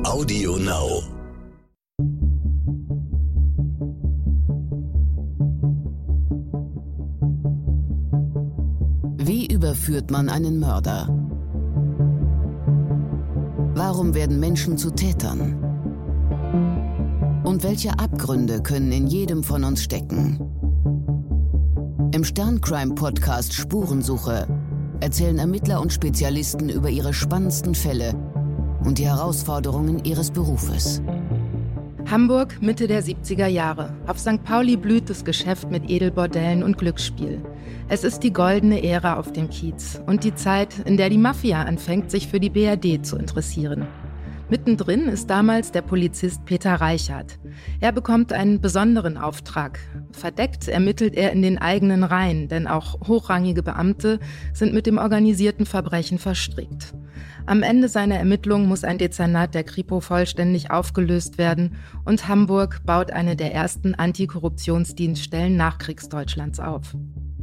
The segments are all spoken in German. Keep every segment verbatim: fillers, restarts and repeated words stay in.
Audio Now. Wie überführt man einen Mörder? Warum werden Menschen zu Tätern? Und welche Abgründe können in jedem von uns stecken? Im Stern-Crime-Podcast Spurensuche erzählen Ermittler und Spezialisten über ihre spannendsten Fälle und die Herausforderungen ihres Berufes. Hamburg, Mitte der siebziger Jahre. Auf Sankt Pauli blüht das Geschäft mit Edelbordellen und Glücksspiel. Es ist die goldene Ära auf dem Kiez und die Zeit, in der die Mafia anfängt, sich für die B R D zu interessieren. Mittendrin ist damals der Polizist Peter Reichert. Er bekommt einen besonderen Auftrag. Verdeckt ermittelt er in den eigenen Reihen, denn auch hochrangige Beamte sind mit dem organisierten Verbrechen verstrickt. Am Ende seiner Ermittlungen muss ein Dezernat der Kripo vollständig aufgelöst werden und Hamburg baut eine der ersten Antikorruptionsdienststellen Nachkriegsdeutschlands auf.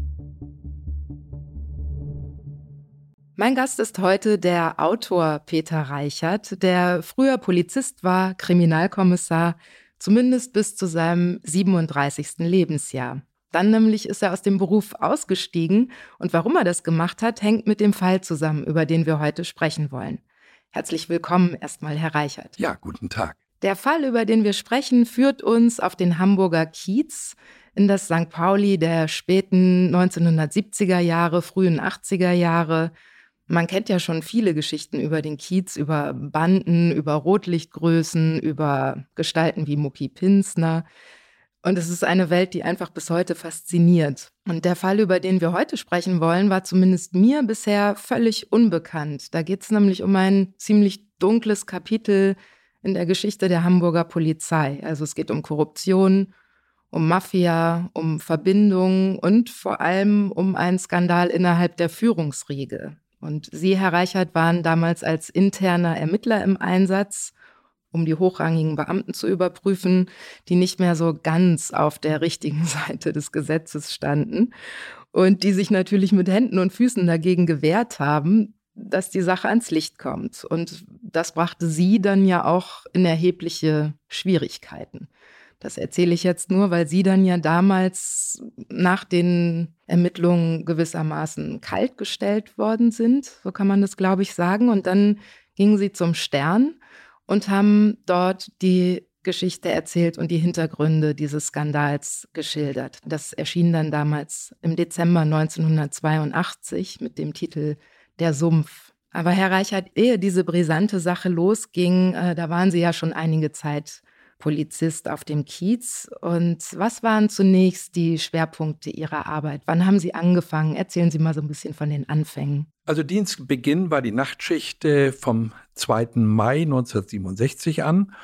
Mein Gast ist heute der Autor Peter Reichert, der früher Polizist war, Kriminalkommissar, zumindest bis zu seinem siebenunddreißigsten Lebensjahr. Dann nämlich ist er aus dem Beruf ausgestiegen und warum er das gemacht hat, hängt mit dem Fall zusammen, über den wir heute sprechen wollen. Herzlich willkommen erstmal, Herr Reichert. Ja, guten Tag. Der Fall, über den wir sprechen, führt uns auf den Hamburger Kiez, in das Sankt Pauli der späten neunzehnhundertsiebziger Jahre, frühen achtziger Jahre. Man kennt ja schon viele Geschichten über den Kiez, über Banden, über Rotlichtgrößen, über Gestalten wie Mucki Pinsner. Und es ist eine Welt, die einfach bis heute fasziniert. Und der Fall, über den wir heute sprechen wollen, war zumindest mir bisher völlig unbekannt. Da geht es nämlich um ein ziemlich dunkles Kapitel in der Geschichte der Hamburger Polizei. Also es geht um Korruption, um Mafia, um Verbindungen und vor allem um einen Skandal innerhalb der Führungsriege. Und Sie, Herr Reichert, waren damals als interner Ermittler im Einsatz, um die hochrangigen Beamten zu überprüfen, die nicht mehr so ganz auf der richtigen Seite des Gesetzes standen und die sich natürlich mit Händen und Füßen dagegen gewehrt haben, dass die Sache ans Licht kommt. Und das brachte Sie dann ja auch in erhebliche Schwierigkeiten. Das erzähle ich jetzt nur, weil Sie dann ja damals nach den Ermittlungen gewissermaßen kaltgestellt worden sind. So kann man das, glaube ich, sagen. Und dann gingen Sie zum Stern und haben dort die Geschichte erzählt und die Hintergründe dieses Skandals geschildert. Das erschien dann damals im Dezember neunzehnhundertzweiundachtzig mit dem Titel Der Sumpf. Aber Herr Reichert, ehe diese brisante Sache losging, äh, da waren Sie ja schon einige Zeit Polizist auf dem Kiez. Und was waren zunächst die Schwerpunkte Ihrer Arbeit? Wann haben Sie angefangen? Erzählen Sie mal so ein bisschen von den Anfängen. Also Dienstbeginn war die Nachtschicht vom zweiten Mai neunzehnhundertsiebenundsechzig an.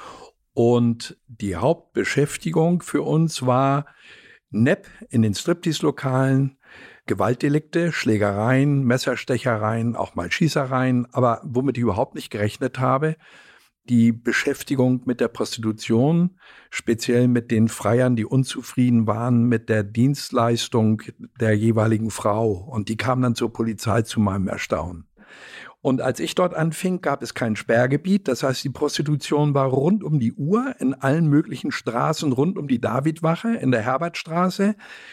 Und die Hauptbeschäftigung für uns war N E P in den Striptease-Lokalen, Gewaltdelikte, Schlägereien, Messerstechereien, auch mal Schießereien. Aber womit ich überhaupt nicht gerechnet habe, die Beschäftigung mit der Prostitution, speziell mit den Freiern, die unzufrieden waren mit der Dienstleistung der jeweiligen Frau. Und die kamen dann zur Polizei zu meinem Erstaunen. Und als ich dort anfing, gab es kein Sperrgebiet. Das heißt, die Prostitution war rund um die Uhr in allen möglichen Straßen, rund um die Davidwache in der Herbertstraße.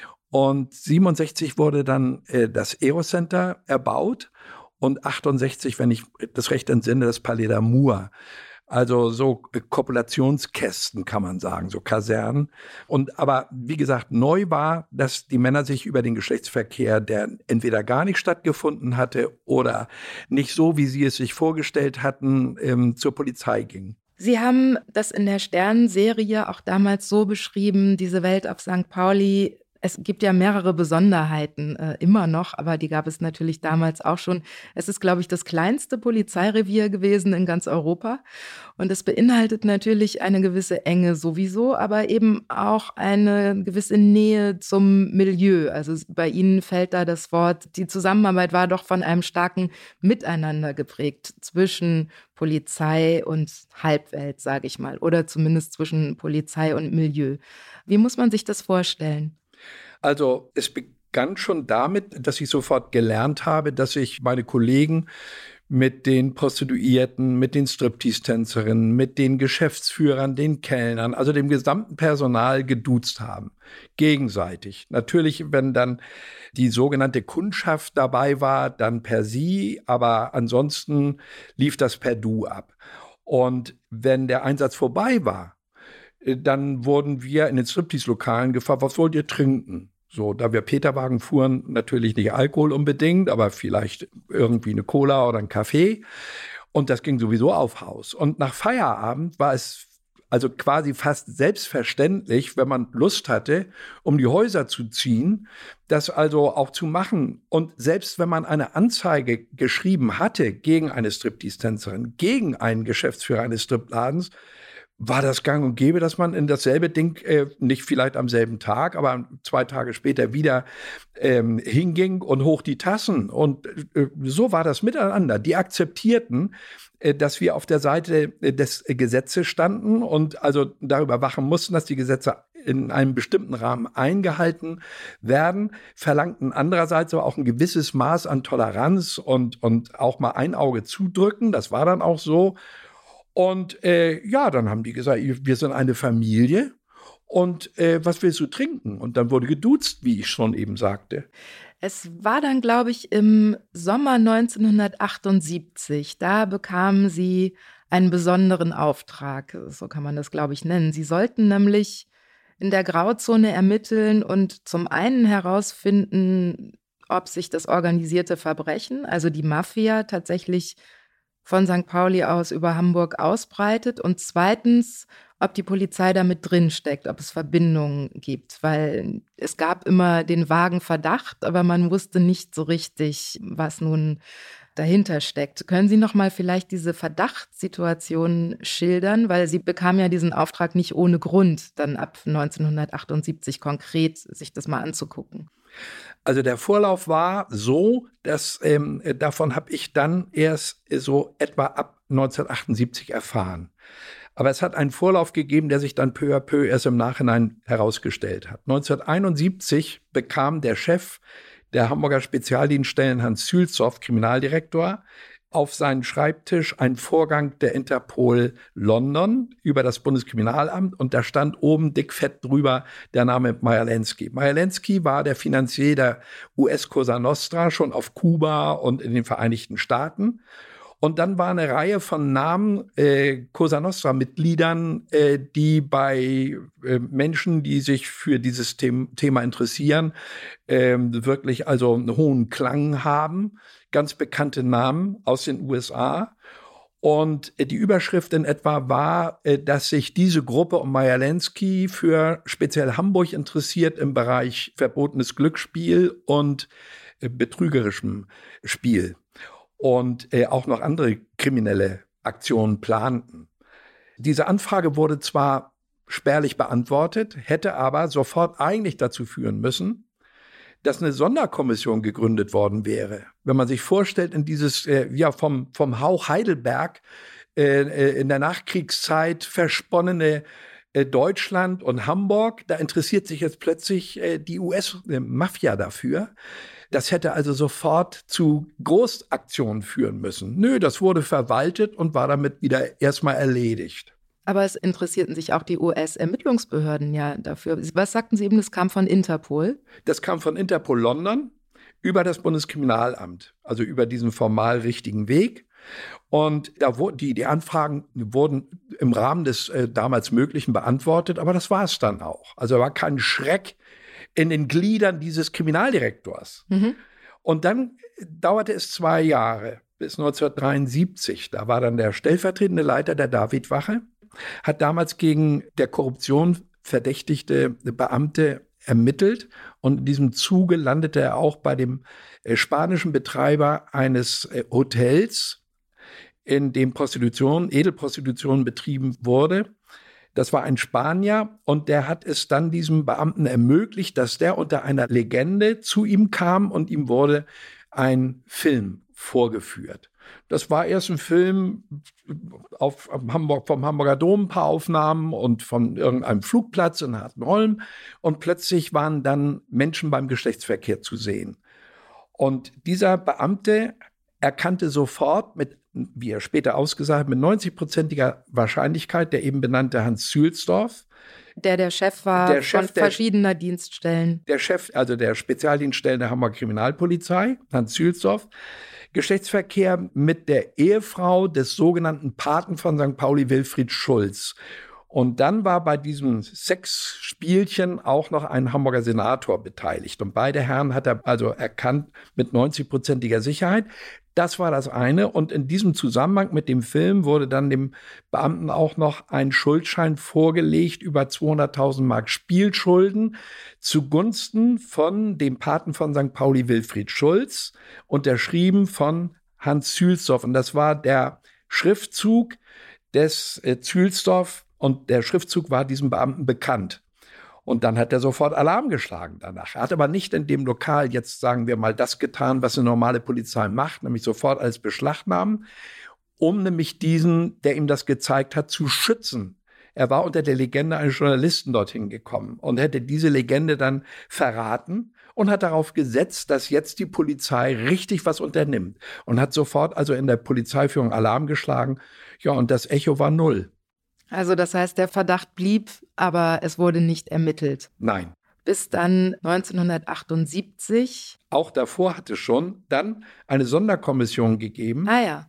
Und siebenundsechzig wurde dann äh, das Aerocenter erbaut und achtundsechzig, wenn ich das recht entsinne, das Palais d'Amour. Also so Kopulationskästen kann man sagen, so Kasernen. Und aber wie gesagt, neu war, dass die Männer sich über den Geschlechtsverkehr, der entweder gar nicht stattgefunden hatte oder nicht so, wie sie es sich vorgestellt hatten, ähm, zur Polizei gingen. Sie haben das in der Stern-Serie auch damals so beschrieben, diese Welt auf Sankt Pauli. Es gibt ja mehrere Besonderheiten, äh, immer noch, aber die gab es natürlich damals auch schon. Es ist, glaube ich, das kleinste Polizeirevier gewesen in ganz Europa. Und es beinhaltet natürlich eine gewisse Enge sowieso, aber eben auch eine gewisse Nähe zum Milieu. Also bei Ihnen fällt da das Wort, die Zusammenarbeit war doch von einem starken Miteinander geprägt zwischen Polizei und Halbwelt, sage ich mal, oder zumindest zwischen Polizei und Milieu. Wie muss man sich das vorstellen? Also es begann schon damit, dass ich sofort gelernt habe, dass ich meine Kollegen mit den Prostituierten, mit den Striptease-Tänzerinnen, mit den Geschäftsführern, den Kellnern, also dem gesamten Personal geduzt haben. Gegenseitig. Natürlich, wenn dann die sogenannte Kundschaft dabei war, dann per Sie, aber ansonsten lief das per Du ab. Und wenn der Einsatz vorbei war, dann wurden wir in den Striptease-Lokalen gefragt, was wollt ihr trinken? So, da wir Peterwagen fuhren, natürlich nicht Alkohol unbedingt, aber vielleicht irgendwie eine Cola oder ein Kaffee. Und das ging sowieso auf Haus. Und nach Feierabend war es also quasi fast selbstverständlich, wenn man Lust hatte, um die Häuser zu ziehen, das also auch zu machen. Und selbst wenn man eine Anzeige geschrieben hatte gegen eine Striptease-Tänzerin, gegen einen Geschäftsführer eines Stripladens, war das gang und gäbe, dass man in dasselbe Ding, äh, nicht vielleicht am selben Tag, aber zwei Tage später wieder ähm, hinging und hoch die Tassen. Und äh, so war das miteinander. Die akzeptierten, äh, dass wir auf der Seite äh, des äh, Gesetzes standen und also darüber wachen mussten, dass die Gesetze in einem bestimmten Rahmen eingehalten werden, verlangten andererseits aber auch ein gewisses Maß an Toleranz und, und auch mal ein Auge zudrücken. Das war dann auch so. Und äh, ja, dann haben die gesagt, wir sind eine Familie und äh, was willst du trinken? Und dann wurde geduzt, wie ich schon eben sagte. Es war dann, glaube ich, im Sommer neunzehnhundertachtundsiebzig. Da bekamen Sie einen besonderen Auftrag, so kann man das, glaube ich, nennen. Sie sollten nämlich in der Grauzone ermitteln und zum einen herausfinden, ob sich das organisierte Verbrechen, also die Mafia, tatsächlich von Sankt Pauli aus über Hamburg ausbreitet und zweitens, ob die Polizei damit drinsteckt, ob es Verbindungen gibt, weil es gab immer den vagen Verdacht, aber man wusste nicht so richtig, was nun dahinter steckt. Können Sie noch mal vielleicht diese Verdachtssituation schildern, weil Sie bekamen ja diesen Auftrag nicht ohne Grund, dann ab neunzehnhundertachtundsiebzig konkret sich das mal anzugucken. Also der Vorlauf war so, dass ähm, davon habe ich dann erst so etwa ab neunzehnhundertachtundsiebzig erfahren. Aber es hat einen Vorlauf gegeben, der sich dann peu à peu erst im Nachhinein herausgestellt hat. neunzehnhunderteinundsiebzig bekam der Chef der Hamburger Spezialdienststellen, Hans Zülzow, Kriminaldirektor, auf seinen Schreibtisch einen Vorgang der Interpol London über das Bundeskriminalamt und da stand oben dickfett drüber der Name Majewski. Majewski war der Finanzier der U S Cosa Nostra schon auf Kuba und in den Vereinigten Staaten. Und dann war eine Reihe von Namen äh, Cosa Nostra-Mitgliedern, äh, die bei äh, Menschen, die sich für dieses The- Thema interessieren, äh, wirklich also einen hohen Klang haben. Ganz bekannte Namen aus den U S A. Und äh, die Überschrift in etwa war, äh, dass sich diese Gruppe um Majewski für speziell Hamburg interessiert im Bereich verbotenes Glücksspiel und äh, betrügerischem Spiel. Und äh, auch noch andere kriminelle Aktionen planten. Diese Anfrage wurde zwar spärlich beantwortet, hätte aber sofort eigentlich dazu führen müssen, dass eine Sonderkommission gegründet worden wäre. Wenn man sich vorstellt, in dieses äh, ja vom vom Hauch Heidelberg äh, in der Nachkriegszeit versponnene äh, Deutschland und Hamburg, da interessiert sich jetzt plötzlich äh, die U S-Mafia dafür. Das hätte also sofort zu Großaktionen führen müssen. Nö, das wurde verwaltet und war damit wieder erstmal erledigt. Aber es interessierten sich auch die U S-Ermittlungsbehörden ja dafür. Was sagten Sie eben, das kam von Interpol? Das kam von Interpol London über das Bundeskriminalamt, also über diesen formal richtigen Weg. Und da wurden die, die Anfragen wurden im Rahmen des äh, damals Möglichen beantwortet, aber das war es dann auch. Also war kein Schreck in den Gliedern dieses Kriminaldirektors. Mhm. Und dann dauerte es zwei Jahre, bis neunzehnhundertdreiundsiebzig. Da war dann der stellvertretende Leiter der Davidwache, hat damals gegen der Korruption verdächtigte Beamte ermittelt. Und in diesem Zuge landete er auch bei dem äh, spanischen Betreiber eines äh, Hotels, in dem Prostitution, Edelprostitution betrieben wurde. Das war ein Spanier und der hat es dann diesem Beamten ermöglicht, dass der unter einer Legende zu ihm kam und ihm wurde ein Film vorgeführt. Das war erst ein Film auf, auf Hamburg, vom Hamburger Dom, ein paar Aufnahmen und von irgendeinem Flugplatz in Hartenholm und plötzlich waren dann Menschen beim Geschlechtsverkehr zu sehen. Und dieser Beamte erkannte sofort, mit, wie er später ausgesagt hat, mit neunzig-prozentiger Wahrscheinlichkeit der eben benannte Hans Zühlsdorf. Der der Chef war der Chef von verschiedener der, Dienststellen. Der Chef, also der Spezialdienststellen der Hamburger Kriminalpolizei, Hans Zühlsdorf. Geschlechtsverkehr mit der Ehefrau des sogenannten Paten von Sankt Pauli, Wilfried Schulz. Und dann war bei diesem Sexspielchen auch noch ein Hamburger Senator beteiligt. Und beide Herren hat er also erkannt mit neunzig-prozentiger Sicherheit. Das war das eine. Und in diesem Zusammenhang mit dem Film wurde dann dem Beamten auch noch ein Schuldschein vorgelegt über zweihunderttausend Mark Spielschulden zugunsten von dem Paten von Sankt Pauli, Wilfried Schulz, unterschrieben von Hans Zühlsdorf. Und das war der Schriftzug des äh, Zühlsdorf. Und der Schriftzug war diesem Beamten bekannt. Und dann hat er sofort Alarm geschlagen danach. Er hat aber nicht in dem Lokal jetzt, sagen wir mal, das getan, was eine normale Polizei macht, nämlich sofort alles beschlagnahmen, um nämlich diesen, der ihm das gezeigt hat, zu schützen. Er war unter der Legende eines Journalisten dorthin gekommen und hätte diese Legende dann verraten und hat darauf gesetzt, dass jetzt die Polizei richtig was unternimmt. Und hat sofort also in der Polizeiführung Alarm geschlagen. Ja, und das Echo war null. Also das heißt, der Verdacht blieb, aber es wurde nicht ermittelt. Nein. Bis dann neunzehnhundertachtundsiebzig. Auch davor hat es schon dann eine Sonderkommission gegeben. Ah ja.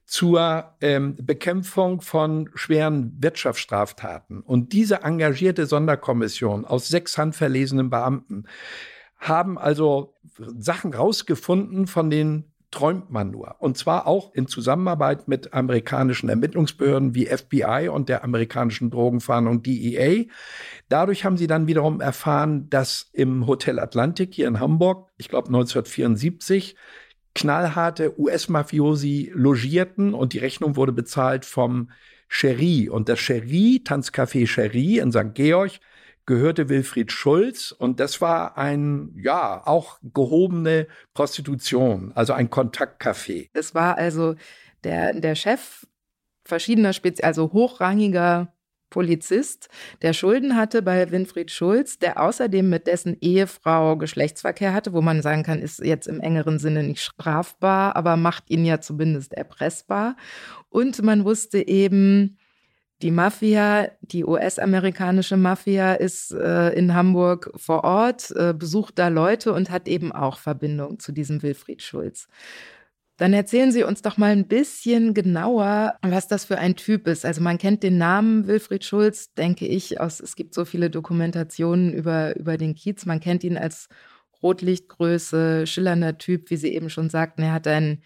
Zur ähm, Bekämpfung von schweren Wirtschaftsstraftaten. Und diese engagierte Sonderkommission aus sechs handverlesenen Beamten haben also Sachen rausgefunden, von denen träumt man nur. Und zwar auch in Zusammenarbeit mit amerikanischen Ermittlungsbehörden wie F B I und der amerikanischen Drogenfahndung D E A. Dadurch haben sie dann wiederum erfahren, dass im Hotel Atlantik hier in Hamburg, ich glaube neunzehnhundertvierundsiebzig, knallharte U S-Mafiosi logierten und die Rechnung wurde bezahlt vom Cherie. Und das Cherie, Tanzcafé Cherie in Sankt Georg, gehörte Wilfried Schulz und das war ein, ja, auch gehobene Prostitution, also ein Kontaktcafé. Es war also der, der Chef verschiedener, Spezi- also hochrangiger Polizist, der Schulden hatte bei Winfried Schulz, der außerdem mit dessen Ehefrau Geschlechtsverkehr hatte, wo man sagen kann, ist jetzt im engeren Sinne nicht strafbar, aber macht ihn ja zumindest erpressbar. Und man wusste eben, die Mafia, die U S-amerikanische Mafia ist äh, in Hamburg vor Ort, äh, besucht da Leute und hat eben auch Verbindung zu diesem Wilfried Schulz. Dann erzählen Sie uns doch mal ein bisschen genauer, was das für ein Typ ist. Also man kennt den Namen Wilfried Schulz, denke ich, aus, es gibt so viele Dokumentationen über, über den Kiez. Man kennt ihn als Rotlichtgröße, schillernder Typ, wie Sie eben schon sagten. Er hat ein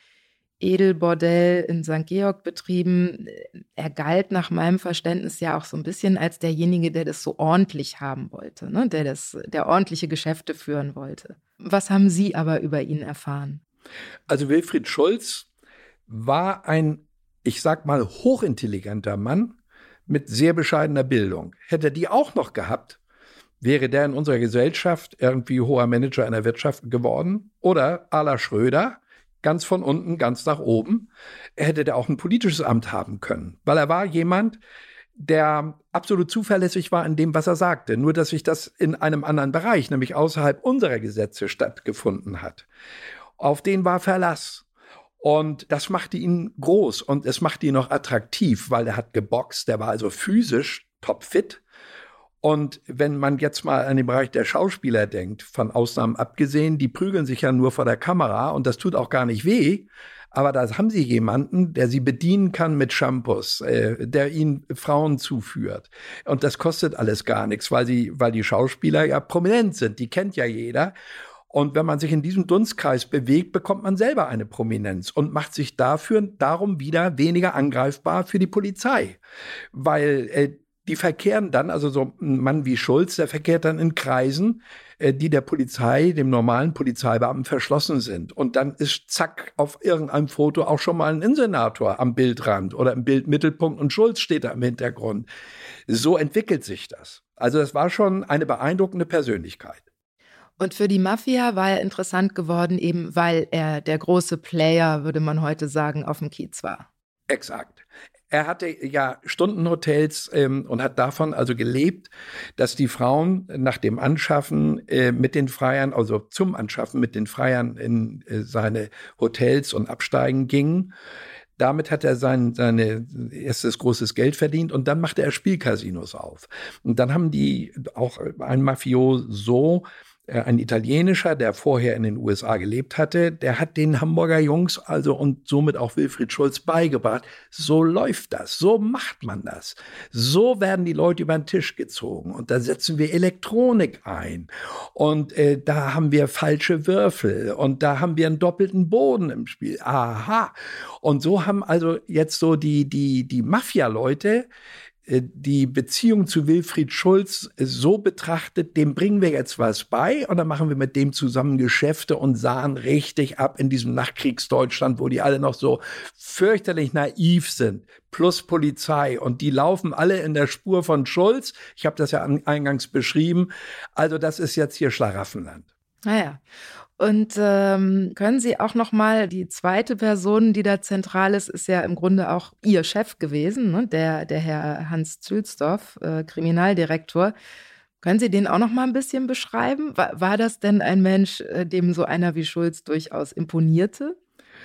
Edelbordell in Sankt Georg betrieben. Er galt nach meinem Verständnis ja auch so ein bisschen als derjenige, der das so ordentlich haben wollte, ne? der, das, der ordentliche Geschäfte führen wollte. Was haben Sie aber über ihn erfahren? Also Wilfried Schulz war ein, ich sag mal, hochintelligenter Mann mit sehr bescheidener Bildung. Hätte er die auch noch gehabt, wäre der in unserer Gesellschaft irgendwie hoher Manager in der Wirtschaft geworden oder à la Schröder, ganz von unten, ganz nach oben. Er hätte da auch ein politisches Amt haben können, weil er war jemand, der absolut zuverlässig war in dem, was er sagte. Nur, dass sich das in einem anderen Bereich, nämlich außerhalb unserer Gesetze stattgefunden hat. Auf den war Verlass. Und das machte ihn groß und es machte ihn auch attraktiv, weil er hat geboxt, der war also physisch topfit. Und wenn man jetzt mal an den Bereich der Schauspieler denkt, von Ausnahmen abgesehen, die prügeln sich ja nur vor der Kamera und das tut auch gar nicht weh. Aber da haben sie jemanden, der sie bedienen kann mit Shampoos, äh, der ihnen Frauen zuführt. Und das kostet alles gar nichts, weil sie, weil die Schauspieler ja prominent sind. Die kennt ja jeder. Und wenn man sich in diesem Dunstkreis bewegt, bekommt man selber eine Prominenz und macht sich dafür darum wieder weniger angreifbar für die Polizei. Weil äh, die verkehren dann, also so ein Mann wie Schulz, der verkehrt dann in Kreisen, äh, die der Polizei, dem normalen Polizeibeamten verschlossen sind. Und dann ist zack auf irgendeinem Foto auch schon mal ein Innensenator am Bildrand oder im Bildmittelpunkt und Schulz steht da im Hintergrund. So entwickelt sich das. Also das war schon eine beeindruckende Persönlichkeit. Und für die Mafia war er interessant geworden, eben weil er der große Player, würde man heute sagen, auf dem Kiez war. Exakt. Er hatte ja Stundenhotels ähm, und hat davon also gelebt, dass die Frauen nach dem Anschaffen äh, mit den Freiern, also zum Anschaffen mit den Freiern in äh, seine Hotels und Absteigen gingen. Damit hat er sein seine erstes großes Geld verdient und dann machte er Spielcasinos auf. Und dann haben die auch ein Mafioso, ein italienischer, der vorher in den U S A gelebt hatte, der hat den Hamburger Jungs also und somit auch Wilfried Schulz beigebracht, so läuft das, so macht man das. So werden die Leute über den Tisch gezogen und da setzen wir Elektronik ein und äh, da haben wir falsche Würfel und da haben wir einen doppelten Boden im Spiel. Aha. Und so haben also jetzt so die, die, die Mafia-Leute die Beziehung zu Wilfried Schulz so betrachtet, dem bringen wir jetzt was bei und dann machen wir mit dem zusammen Geschäfte und sahen richtig ab in diesem Nachkriegsdeutschland, wo die alle noch so fürchterlich naiv sind, plus Polizei und die laufen alle in der Spur von Schulz. Ich habe das ja eingangs beschrieben. Also das ist jetzt hier Schlaraffenland. Naja. Und ähm, können Sie auch noch mal, die zweite Person, die da zentral ist, ist ja im Grunde auch Ihr Chef gewesen, ne? der, der Herr Hans Zülsdorf, äh, Kriminaldirektor. Können Sie den auch noch mal ein bisschen beschreiben? War, war das denn ein Mensch, äh, dem so einer wie Schulz durchaus imponierte?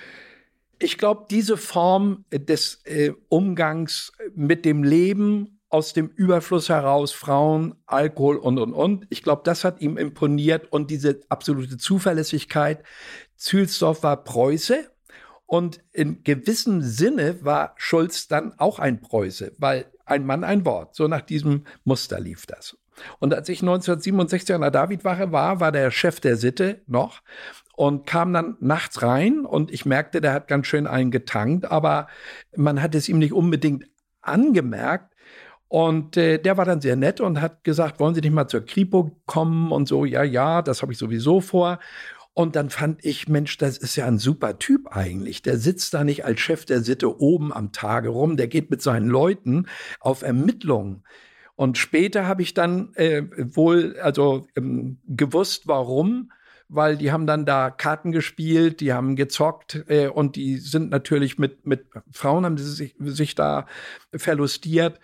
Ich glaube, diese Form des äh, Umgangs mit dem Leben, aus dem Überfluss heraus, Frauen, Alkohol und, und, und. Ich glaube, das hat ihm imponiert und diese absolute Zuverlässigkeit. Zülsdorf war Preuße und in gewissem Sinne war Schulz dann auch ein Preuße, weil ein Mann, ein Wort. So nach diesem Muster lief das. Und als ich neunzehnhundertsiebenundsechzig an der Davidwache war, war der Chef der Sitte noch und kam dann nachts rein und ich merkte, der hat ganz schön einen getankt, aber man hat es ihm nicht unbedingt angemerkt. Und äh, der war dann sehr nett und hat gesagt, wollen Sie nicht mal zur Kripo kommen und so, ja, ja, das habe ich sowieso vor. Und dann fand ich, Mensch, das ist ja ein super Typ eigentlich. Der sitzt da nicht als Chef der Sitte oben am Tage rum, der geht mit seinen Leuten auf Ermittlungen. Und später habe ich dann äh, wohl also ähm, gewusst, warum. Weil die haben dann da Karten gespielt, die haben gezockt äh, und die sind natürlich mit, mit Frauen, haben sie sich, sich da verlustiert.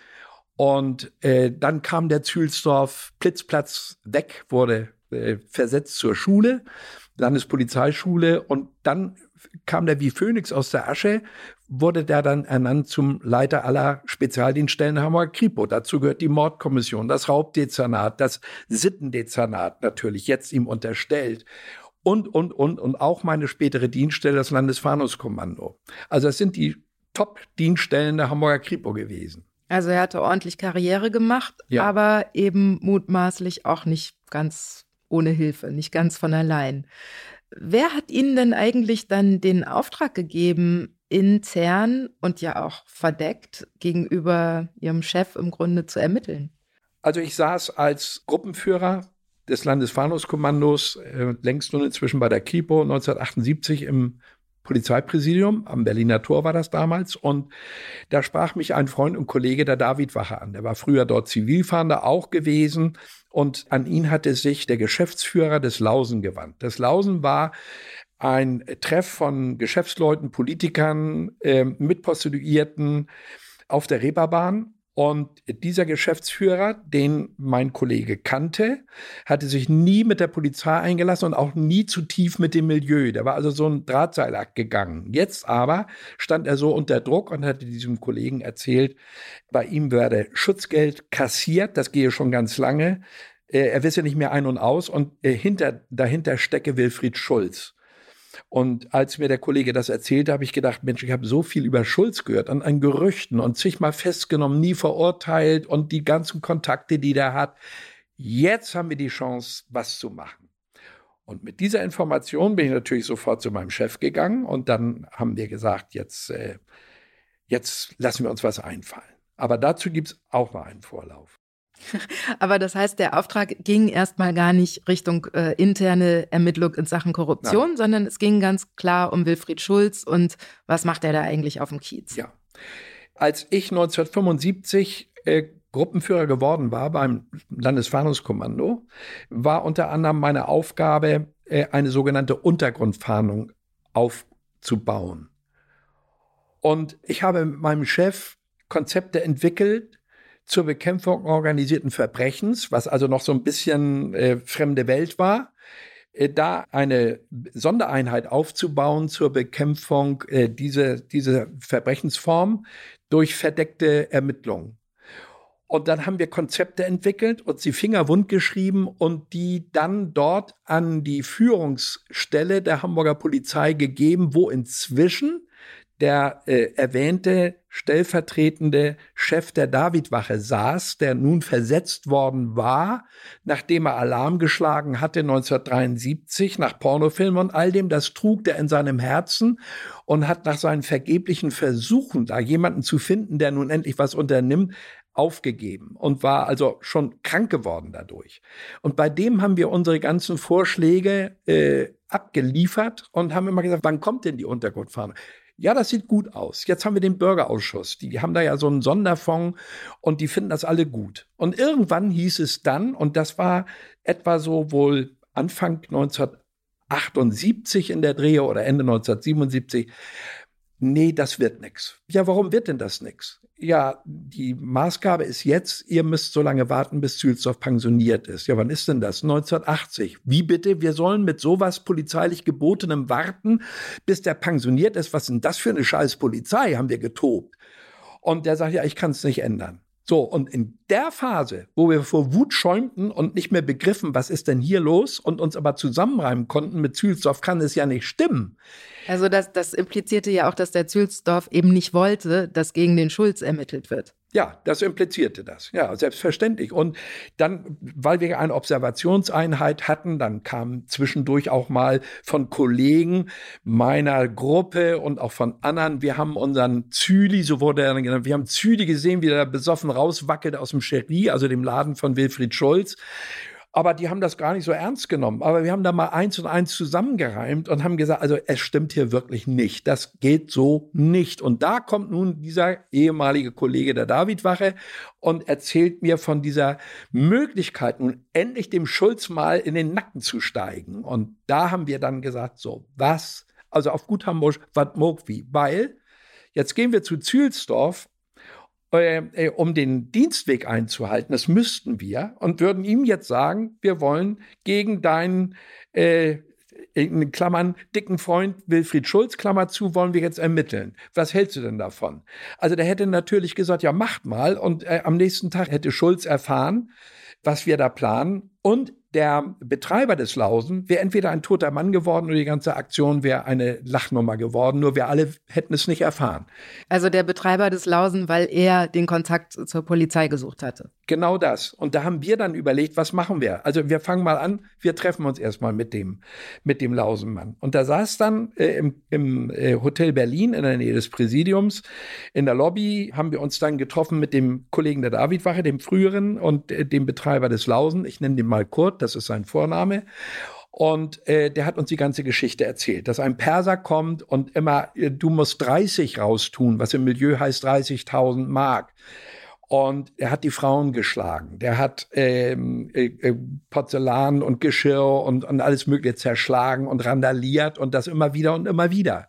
Und äh, dann kam der Zülsdorf Plitzplatz weg, wurde äh, versetzt zur Schule, Landespolizeischule. Und dann kam der wie Phönix aus der Asche, wurde der dann ernannt zum Leiter aller Spezialdienststellen Hamburger Kripo. Dazu gehört die Mordkommission, das Raubdezernat, das Sittendezernat natürlich, jetzt ihm unterstellt. Und, und, und, und auch meine spätere Dienststelle, das Landesfahndungskommando. Also das sind die Top-Dienststellen der Hamburger Kripo gewesen. Also er hatte ordentlich Karriere gemacht, ja. Aber eben mutmaßlich auch nicht ganz ohne Hilfe, nicht ganz von allein. Wer hat Ihnen denn eigentlich dann den Auftrag gegeben, intern und ja auch verdeckt gegenüber Ihrem Chef im Grunde zu ermitteln? Also ich saß als Gruppenführer des Landesfahndungskommandos, äh, längst nun inzwischen bei der Kripo, neunzehnhundertachtundsiebzig im Polizeipräsidium, am Berliner Tor war das damals. Und da sprach mich ein Freund und Kollege der Davidwache an. Der war früher dort Zivilfahnder auch gewesen. Und an ihn hatte sich der Geschäftsführer des Lausen gewandt. Das Lausen war ein Treff von Geschäftsleuten, Politikern, äh, Mitprostituierten auf der Reeperbahn. Und dieser Geschäftsführer, den mein Kollege kannte, hatte sich nie mit der Polizei eingelassen und auch nie zu tief mit dem Milieu. Der war also so ein Drahtseilakt gegangen. Jetzt aber stand er so unter Druck und hatte diesem Kollegen erzählt, bei ihm werde Schutzgeld kassiert, das gehe schon ganz lange. Er wisse nicht mehr ein und aus und hinter, dahinter stecke Wilfried Schulz. Und als mir der Kollege das erzählte, habe ich gedacht, Mensch, ich habe so viel über Schulz gehört, an, an Gerüchten und zigmal festgenommen, nie verurteilt und die ganzen Kontakte, die der hat. Jetzt haben wir die Chance, was zu machen. Und mit dieser Information bin ich natürlich sofort zu meinem Chef gegangen und dann haben wir gesagt, jetzt, äh, jetzt lassen wir uns was einfallen. Aber dazu gibt es auch mal einen Vorlauf. Aber das heißt, der Auftrag ging erstmal gar nicht Richtung äh, interne Ermittlung in Sachen Korruption, Nein. sondern es ging ganz klar um Wilfried Schulz und was macht er da eigentlich auf dem Kiez? Ja, als ich neunzehnhundertfünfundsiebzig äh, Gruppenführer geworden war beim Landesfahndungskommando, war unter anderem meine Aufgabe, äh, eine sogenannte Untergrundfahndung aufzubauen. Und ich habe mit meinem Chef Konzepte entwickelt zur Bekämpfung organisierten Verbrechens, was also noch so ein bisschen äh, fremde Welt war, äh, da eine Sondereinheit aufzubauen zur Bekämpfung äh, dieser diese Verbrechensform durch verdeckte Ermittlungen. Und dann haben wir Konzepte entwickelt und sie fingerwund geschrieben und die dann dort an die Führungsstelle der Hamburger Polizei gegeben, wo inzwischen der äh, erwähnte stellvertretende Chef der Davidwache saß, der nun versetzt worden war, nachdem er Alarm geschlagen hatte neunzehnhundertdreiundsiebzig nach Pornofilmen und all dem. Das trug der in seinem Herzen und hat nach seinen vergeblichen Versuchen, da jemanden zu finden, der nun endlich was unternimmt, aufgegeben und war also schon krank geworden dadurch. Und bei dem haben wir unsere ganzen Vorschläge äh, abgeliefert und haben immer gesagt, wann kommt denn die Untergrundfahne? Ja, das sieht gut aus. Jetzt haben wir den Bürgerausschuss. Die haben da ja so einen Sonderfonds und die finden das alle gut. Und irgendwann hieß es dann, und das war etwa so wohl Anfang neunzehnhundertachtundsiebzig in der Drehe oder Ende neunzehnhundertsiebenundsiebzig, nee, das wird nix. Ja, warum wird denn das nix? Ja, die Maßgabe ist jetzt, ihr müsst so lange warten, bis Zühlsdorf pensioniert ist. Ja, wann ist denn das? neunzehnhundertachtzig. Wie bitte? Wir sollen mit sowas polizeilich Gebotenem warten, bis der pensioniert ist. Was ist denn das für eine scheiß Polizei? Haben wir getobt. Und der sagt, ja, ich kann es nicht ändern. So, und in der Phase, wo wir vor Wut schäumten und nicht mehr begriffen, was ist denn hier los, und uns aber zusammenreimen konnten mit Zühlsdorf, kann es ja nicht stimmen. Also das, das implizierte ja auch, dass der Zühlsdorf eben nicht wollte, dass gegen den Schulz ermittelt wird. Ja, das implizierte das. Ja, selbstverständlich. Und dann, weil wir eine Observationseinheit hatten, dann kam zwischendurch auch mal von Kollegen meiner Gruppe und auch von anderen, wir haben unseren Züli, so wurde er genannt, wir haben Züli gesehen, wie er besoffen rauswackelt aus dem Cherie, also dem Laden von Wilfried Schulz. Aber die haben das gar nicht so ernst genommen. Aber wir haben da mal eins und eins zusammengereimt und haben gesagt, also es stimmt hier wirklich nicht. Das geht so nicht. Und da kommt nun dieser ehemalige Kollege der Davidwache und erzählt mir von dieser Möglichkeit, nun endlich dem Schulz mal in den Nacken zu steigen. Und da haben wir dann gesagt, so, was? Also auf gut Hamburg, was mag wie? Weil, jetzt gehen wir zu Zühlsdorf, Äh, um den Dienstweg einzuhalten, das müssten wir, und würden ihm jetzt sagen, wir wollen gegen deinen, äh, in Klammern, dicken Freund Wilfried Schulz, Klammer zu, wollen wir jetzt ermitteln. Was hältst du denn davon? Also der hätte natürlich gesagt, ja, macht mal, und äh, am nächsten Tag hätte Schulz erfahren, was wir da planen, und der Betreiber des Lausen wäre entweder ein toter Mann geworden oder die ganze Aktion wäre eine Lachnummer geworden, nur wir alle hätten es nicht erfahren. Also der Betreiber des Lausen, weil er den Kontakt zur Polizei gesucht hatte. Genau das. Und da haben wir dann überlegt, was machen wir? Also wir fangen mal an, wir treffen uns erstmal mit dem, mit dem Lausenmann. Und da saß dann äh, im, im äh, Hotel Berlin in der Nähe des Präsidiums, in der Lobby haben wir uns dann getroffen mit dem Kollegen der Davidwache, dem früheren, und äh, dem Betreiber des Lausen. Ich nenne den mal Kurt, das ist sein Vorname. Und äh, der hat uns die ganze Geschichte erzählt, dass ein Perser kommt und immer, äh, du musst dreißig raustun, was im Milieu heißt dreißigtausend Mark. Und er hat die Frauen geschlagen. Der hat ähm, äh, Porzellan und Geschirr und, und alles Mögliche zerschlagen und randaliert und das immer wieder und immer wieder.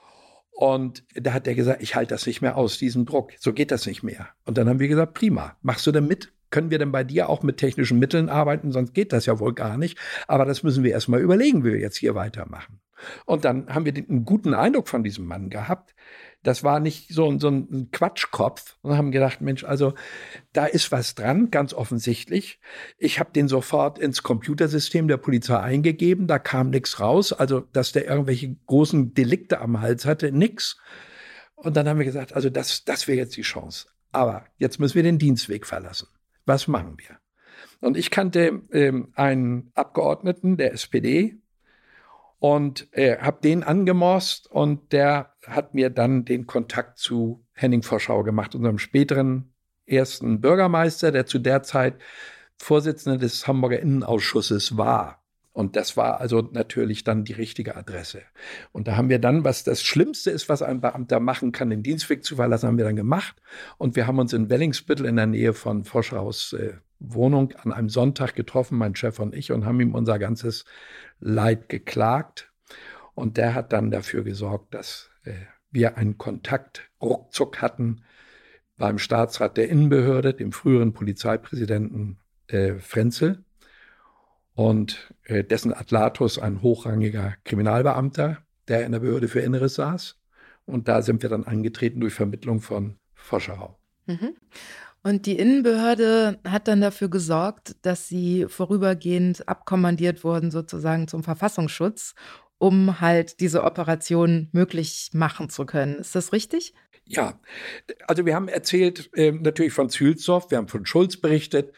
Und da hat er gesagt, ich halte das nicht mehr aus, diesen Druck. So geht das nicht mehr. Und dann haben wir gesagt, prima, machst du denn mit? Können wir denn bei dir auch mit technischen Mitteln arbeiten? Sonst geht das ja wohl gar nicht. Aber das müssen wir erst mal überlegen, wie wir jetzt hier weitermachen. Und dann haben wir den, einen guten Eindruck von diesem Mann gehabt. Das war nicht so, so ein Quatschkopf. Und haben gedacht, Mensch, also da ist was dran, ganz offensichtlich. Ich habe den sofort ins Computersystem der Polizei eingegeben. Da kam nichts raus. Also, dass der irgendwelche großen Delikte am Hals hatte, nix. Und dann haben wir gesagt, also das, das wäre jetzt die Chance. Aber jetzt müssen wir den Dienstweg verlassen. Was machen wir? Und ich kannte ähm, einen Abgeordneten der S P D und äh, habe den angemorst, und der hat mir dann den Kontakt zu Henning Vorschau gemacht, unserem späteren ersten Bürgermeister, der zu der Zeit Vorsitzender des Hamburger Innenausschusses war. Und das war also natürlich dann die richtige Adresse. Und da haben wir dann, was das Schlimmste ist, was ein Beamter machen kann, den Dienstweg zu verlassen, haben wir dann gemacht. Und wir haben uns in Wellingsbüttel in der Nähe von Vorschaus äh, Wohnung an einem Sonntag getroffen, mein Chef und ich, und haben ihm unser ganzes Leid geklagt. Und der hat dann dafür gesorgt, dass äh, wir einen Kontakt ruckzuck hatten beim Staatsrat der Innenbehörde, dem früheren Polizeipräsidenten äh, Frenzel. Und äh, dessen Adlatus, ein hochrangiger Kriminalbeamter, der in der Behörde für Inneres saß. Und da sind wir dann angetreten durch Vermittlung von Voscherau. Mhm. Und die Innenbehörde hat dann dafür gesorgt, dass sie vorübergehend abkommandiert wurden, sozusagen zum Verfassungsschutz, um halt diese Operation möglich machen zu können. Ist das richtig? Ja, also wir haben erzählt äh, natürlich von Zühlsdorf, wir haben von Schulz berichtet.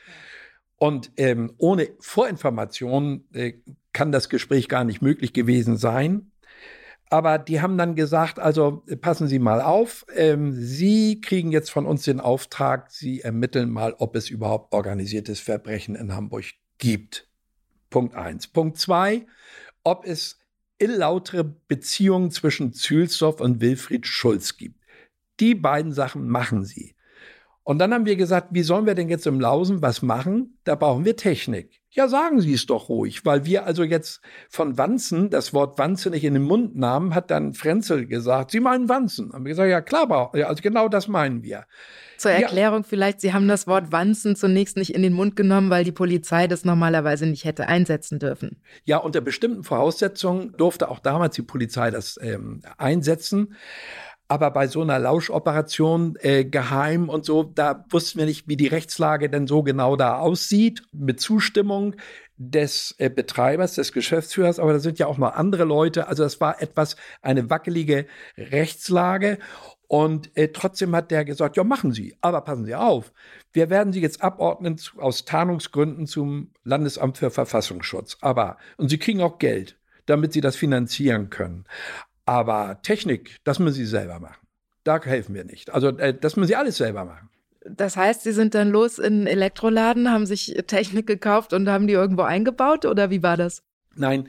Und ähm, ohne Vorinformation äh, kann das Gespräch gar nicht möglich gewesen sein. Aber die haben dann gesagt, also passen Sie mal auf, ähm, Sie kriegen jetzt von uns den Auftrag, Sie ermitteln mal, ob es überhaupt organisiertes Verbrechen in Hamburg gibt. Punkt eins. Punkt zwei, ob es illlautere Beziehungen zwischen Zühlsdorf und Wilfried Schulz gibt. Die beiden Sachen machen Sie. Und dann haben wir gesagt, wie sollen wir denn jetzt im Lausen was machen? Da brauchen wir Technik. Ja, sagen Sie es doch ruhig, weil wir also jetzt von Wanzen, das Wort Wanze nicht in den Mund nahmen, hat dann Frenzel gesagt, Sie meinen Wanzen. Haben wir gesagt, ja klar, also genau das meinen wir. Zur Erklärung ja. vielleicht, Sie haben das Wort Wanzen zunächst nicht in den Mund genommen, weil die Polizei das normalerweise nicht hätte einsetzen dürfen. Ja, unter bestimmten Voraussetzungen durfte auch damals die Polizei das ähm, einsetzen. Aber bei so einer Lauschoperation äh, geheim und so, da wussten wir nicht, wie die Rechtslage denn so genau da aussieht, mit Zustimmung des äh, Betreibers, des Geschäftsführers. Aber da sind ja auch noch andere Leute. Also das war etwas, eine wackelige Rechtslage. Und äh, trotzdem hat der gesagt, ja, machen Sie. Aber passen Sie auf, wir werden Sie jetzt abordnen zu, aus Tarnungsgründen zum Landesamt für Verfassungsschutz. Aber, und Sie kriegen auch Geld, damit Sie das finanzieren können. Aber Technik, das müssen Sie selber machen. Da helfen wir nicht. Also äh, das müssen Sie alles selber machen. Das heißt, Sie sind dann los in einen Elektroladen, haben sich Technik gekauft und haben die irgendwo eingebaut? Oder wie war das? Nein,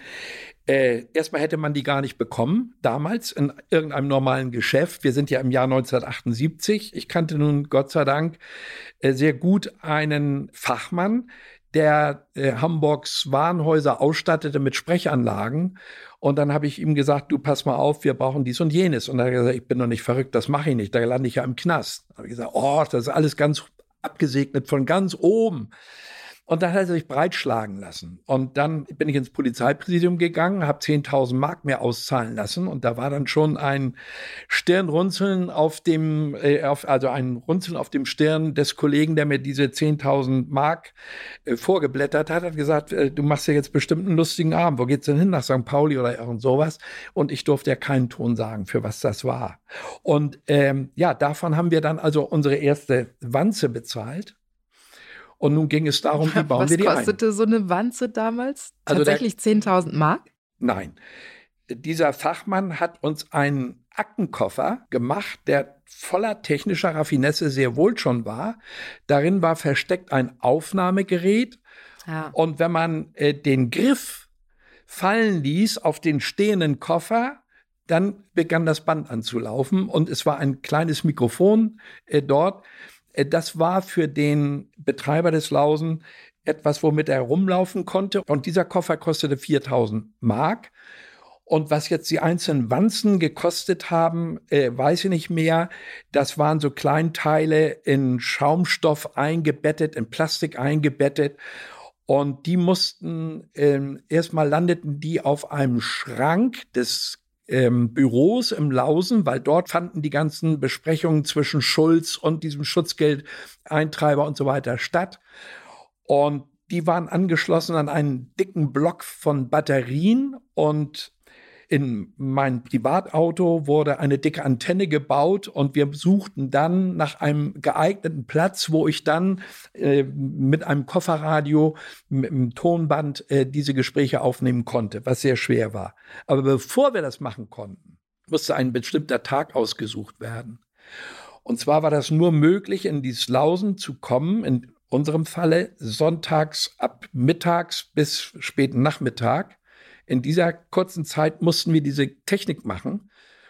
äh, erstmal hätte man die gar nicht bekommen, damals in irgendeinem normalen Geschäft. Wir sind ja im Jahr neunzehnhundertachtundsiebzig. Ich kannte nun Gott sei Dank äh, sehr gut einen Fachmann, der äh, Hamburgs Warenhäuser ausstattete mit Sprechanlagen. Und dann habe ich ihm gesagt, du pass mal auf, wir brauchen dies und jenes. Und dann hat er gesagt, ich bin doch nicht verrückt, das mache ich nicht, da lande ich ja im Knast. Da habe ich gesagt, oh, das ist alles ganz abgesegnet von ganz oben. Und dann hat er sich breitschlagen lassen. Und dann bin ich ins Polizeipräsidium gegangen, habe zehntausend Mark mehr auszahlen lassen. Und da war dann schon ein Stirnrunzeln auf dem, äh, auf, also ein Runzeln auf dem Stirn des Kollegen, der mir diese zehntausend Mark äh, vorgeblättert hat, hat gesagt, äh, du machst ja jetzt bestimmt einen lustigen Abend. Wo geht's denn hin? Nach Sankt Pauli oder irgend sowas? Und ich durfte ja keinen Ton sagen, für was das war. Und ähm, ja, davon haben wir dann also unsere erste Wanze bezahlt. Und nun ging es darum, wie bauen Was wir die ein. Was kostete so eine Wanze damals? Also Tatsächlich zehntausend Mark? Nein. Dieser Fachmann hat uns einen Aktenkoffer gemacht, der voller technischer Raffinesse sehr wohl schon war. Darin war versteckt ein Aufnahmegerät. Ja. Und wenn man äh, den Griff fallen ließ auf den stehenden Koffer, dann begann das Band anzulaufen. Und es war ein kleines Mikrofon äh, dort. Das war für den Betreiber des Lausen etwas, womit er rumlaufen konnte. Und dieser Koffer kostete viertausend Mark. Und was jetzt die einzelnen Wanzen gekostet haben, äh, weiß ich nicht mehr. Das waren so Kleinteile in Schaumstoff eingebettet, in Plastik eingebettet. Und die mussten, äh, erstmal landeten die auf einem Schrank des Ähm, Büros im Lausen, weil dort fanden die ganzen Besprechungen zwischen Schulz und diesem Schutzgeldeintreiber und so weiter statt. Und die waren angeschlossen an einen dicken Block von Batterien und in mein Privatauto wurde eine dicke Antenne gebaut und wir suchten dann nach einem geeigneten Platz, wo ich dann äh, mit einem Kofferradio, mit einem Tonband äh, diese Gespräche aufnehmen konnte, was sehr schwer war. Aber bevor wir das machen konnten, musste ein bestimmter Tag ausgesucht werden. Und zwar war das nur möglich, in dieses Lausen zu kommen, in unserem Falle sonntags ab mittags bis späten Nachmittag. In dieser kurzen Zeit mussten wir diese Technik machen.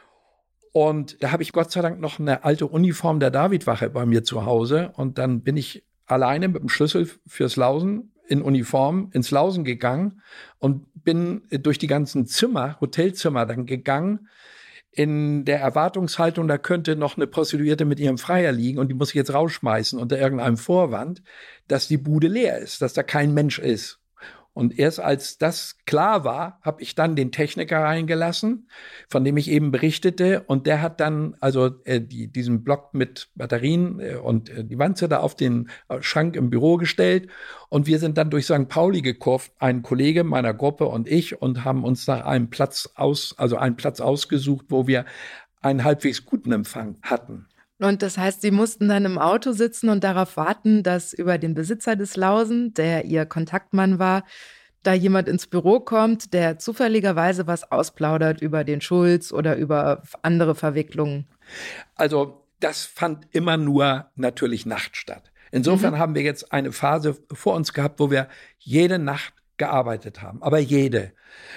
Und da habe ich Gott sei Dank noch eine alte Uniform der Davidwache bei mir zu Hause. Und dann bin ich alleine mit dem Schlüssel fürs Lausen in Uniform ins Lausen gegangen und bin durch die ganzen Zimmer, Hotelzimmer dann gegangen, in der Erwartungshaltung, da könnte noch eine Prostituierte mit ihrem Freier liegen und die muss ich jetzt rausschmeißen unter irgendeinem Vorwand, dass die Bude leer ist, dass da kein Mensch ist. Und erst als das klar war, habe ich dann den Techniker reingelassen, von dem ich eben berichtete. Und der hat dann also äh, die, diesen Block mit Batterien äh, und äh, die Wandzettel auf den äh, Schrank im Büro gestellt. Und wir sind dann durch Sankt Pauli gekurvt, ein Kollege meiner Gruppe und ich, und haben uns nach einem Platz aus, also einen Platz ausgesucht, wo wir einen halbwegs guten Empfang hatten. Und das heißt, Sie mussten dann im Auto sitzen und darauf warten, dass über den Besitzer des Lausen, der Ihr Kontaktmann war, da jemand ins Büro kommt, der zufälligerweise was ausplaudert über den Schulz oder über andere Verwicklungen. Also das fand immer nur natürlich nachts statt. Insofern mhm. haben wir jetzt eine Phase vor uns gehabt, wo wir jede Nacht gearbeitet haben, aber jede.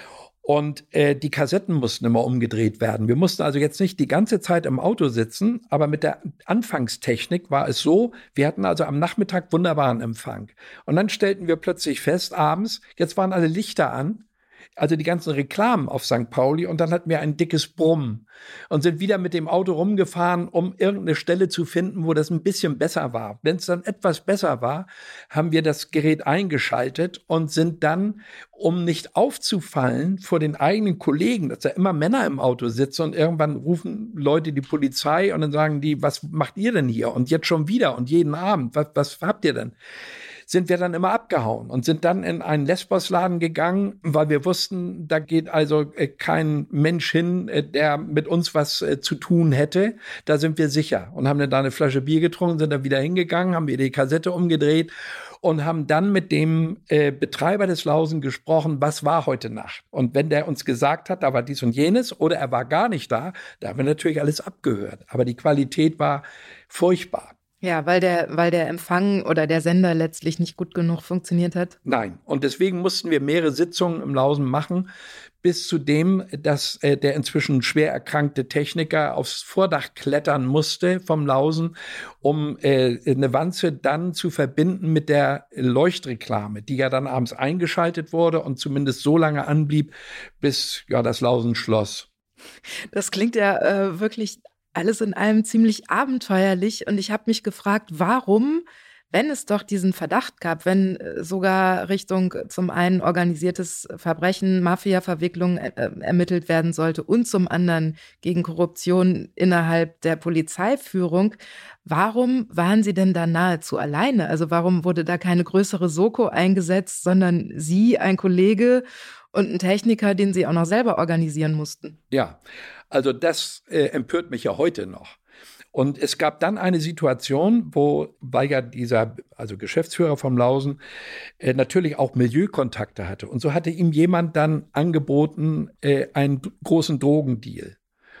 Und äh, die Kassetten mussten immer umgedreht werden. Wir mussten also jetzt nicht die ganze Zeit im Auto sitzen, aber mit der Anfangstechnik war es so, wir hatten also am Nachmittag wunderbaren Empfang. Und dann stellten wir plötzlich fest, abends, jetzt waren alle Lichter an, also die ganzen Reklamen auf Sankt Pauli, und dann hatten wir ein dickes Brummen und sind wieder mit dem Auto rumgefahren, um irgendeine Stelle zu finden, wo das ein bisschen besser war. Wenn es dann etwas besser war, haben wir das Gerät eingeschaltet und sind dann, um nicht aufzufallen vor den eigenen Kollegen, dass da immer Männer im Auto sitzen und irgendwann rufen Leute die Polizei und dann sagen die, was macht ihr denn hier? Und jetzt schon wieder und jeden Abend, was, was habt ihr denn? Sind wir dann immer abgehauen und sind dann in einen Lesbos-Laden gegangen, weil wir wussten, da geht also äh, kein Mensch hin, äh, der mit uns was äh, zu tun hätte. Da sind wir sicher und haben dann da eine Flasche Bier getrunken, sind dann wieder hingegangen, haben wir die Kassette umgedreht und haben dann mit dem äh, Betreiber des Lausen gesprochen, was war heute Nacht. Und wenn der uns gesagt hat, da war dies und jenes oder er war gar nicht da, da haben wir natürlich alles abgehört. Aber die Qualität war furchtbar. Ja, weil der, weil der Empfang oder der Sender letztlich nicht gut genug funktioniert hat? Nein. Und deswegen mussten wir mehrere Sitzungen im Lausen machen, bis zu dem, dass äh, der inzwischen schwer erkrankte Techniker aufs Vordach klettern musste vom Lausen, um äh, eine Wanze dann zu verbinden mit der Leuchtreklame, die ja dann abends eingeschaltet wurde und zumindest so lange anblieb, bis ja das Lausen schloss. Das klingt ja äh, wirklich alles in allem ziemlich abenteuerlich. Und ich habe mich gefragt, warum, wenn es doch diesen Verdacht gab, wenn sogar Richtung zum einen organisiertes Verbrechen, Mafia-Verwicklung äh, ermittelt werden sollte und zum anderen gegen Korruption innerhalb der Polizeiführung, warum waren Sie denn da nahezu alleine? Also warum wurde da keine größere Soko eingesetzt, sondern Sie, ein Kollege und ein Techniker, den Sie auch noch selber organisieren mussten? Ja, also das äh, empört mich ja heute noch. Und es gab dann eine Situation, wo, weil ja dieser, also Geschäftsführer vom Lausen, äh, natürlich auch Milieukontakte hatte. Und so hatte ihm jemand dann angeboten, äh, einen großen Drogendeal.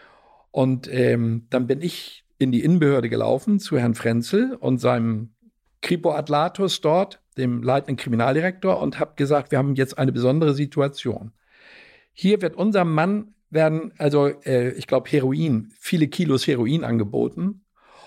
Und ähm, dann bin ich in die Innenbehörde gelaufen zu Herrn Frenzel und seinem Kripo Atlatus dort, dem leitenden Kriminaldirektor, und habe gesagt, wir haben jetzt eine besondere Situation. Hier wird unserem Mann werden, also äh, ich glaube Heroin, viele Kilos Heroin angeboten.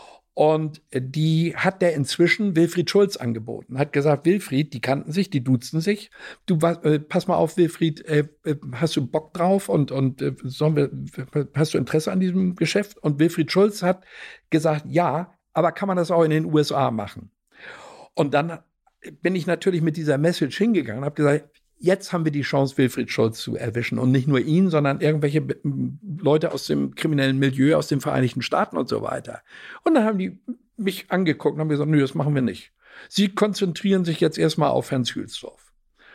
Und äh, die hat der inzwischen Wilfried Schulz angeboten. Hat gesagt, Wilfried, die kannten sich, die duzten sich. Du, äh, pass mal auf, Wilfried, äh, äh, hast du Bock drauf und, und äh, sollen wir, hast du Interesse an diesem Geschäft? Und Wilfried Schulz hat gesagt, ja, aber kann man das auch in den U S A machen? Und dann bin ich natürlich mit dieser Message hingegangen und habe gesagt, jetzt haben wir die Chance, Wilfried Schulz zu erwischen. Und nicht nur ihn, sondern irgendwelche Leute aus dem kriminellen Milieu, aus den Vereinigten Staaten und so weiter. Und dann haben die mich angeguckt und haben gesagt, nö, das machen wir nicht. Sie konzentrieren sich jetzt erstmal auf Herrn Zühlsdorf.